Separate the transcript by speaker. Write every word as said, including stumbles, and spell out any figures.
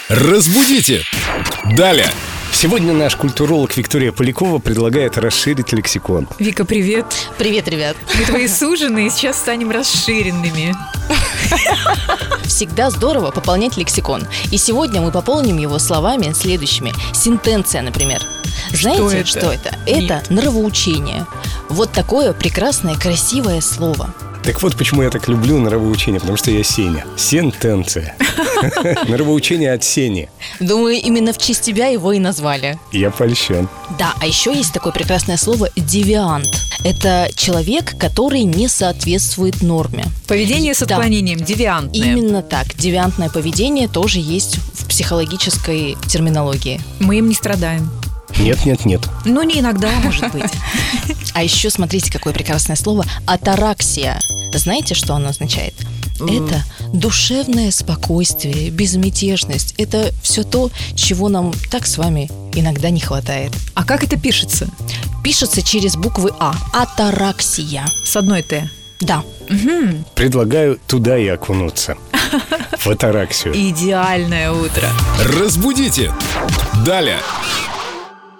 Speaker 1: Разбудите! Далее!
Speaker 2: Сегодня наш культуролог Виктория Полякова предлагает расширить лексикон.
Speaker 3: Вика, привет.
Speaker 4: Привет, ребят.
Speaker 3: Мы твои суженые, сейчас станем расширенными.
Speaker 4: Всегда здорово пополнять лексикон. И сегодня мы пополним его словами следующими. Сентенция, например. Знаете,
Speaker 3: это?
Speaker 4: что это?
Speaker 3: Нет.
Speaker 4: Это нравоучение. Вот такое прекрасное, красивое слово.
Speaker 2: Так вот, почему я так люблю нравоучение, потому что я Сеня. Сентенция. Нравоучение от Сени.
Speaker 4: Думаю, именно в честь тебя его и назвали.
Speaker 2: Я польщен.
Speaker 4: Да, а еще есть такое прекрасное слово девиант. Это человек, который не соответствует норме.
Speaker 3: Поведение с
Speaker 4: Да.
Speaker 3: отклонением, девиантное.
Speaker 4: Именно так. Девиантное поведение тоже есть в психологической терминологии.
Speaker 3: Мы им не страдаем.
Speaker 2: Нет, нет, нет.
Speaker 3: Ну, не иногда, может быть.
Speaker 4: А еще смотрите, какое прекрасное слово атараксия. Знаете, что оно означает? Это душевное спокойствие, безмятежность. Это все то, чего нам так с вами иногда не хватает.
Speaker 3: А как это пишется?
Speaker 4: Пишется через буквы А. Атараксия.
Speaker 3: С одной «т».
Speaker 4: Да.
Speaker 2: Предлагаю туда и окунуться. В атараксию.
Speaker 3: Идеальное утро.
Speaker 1: Разбудите! Далее!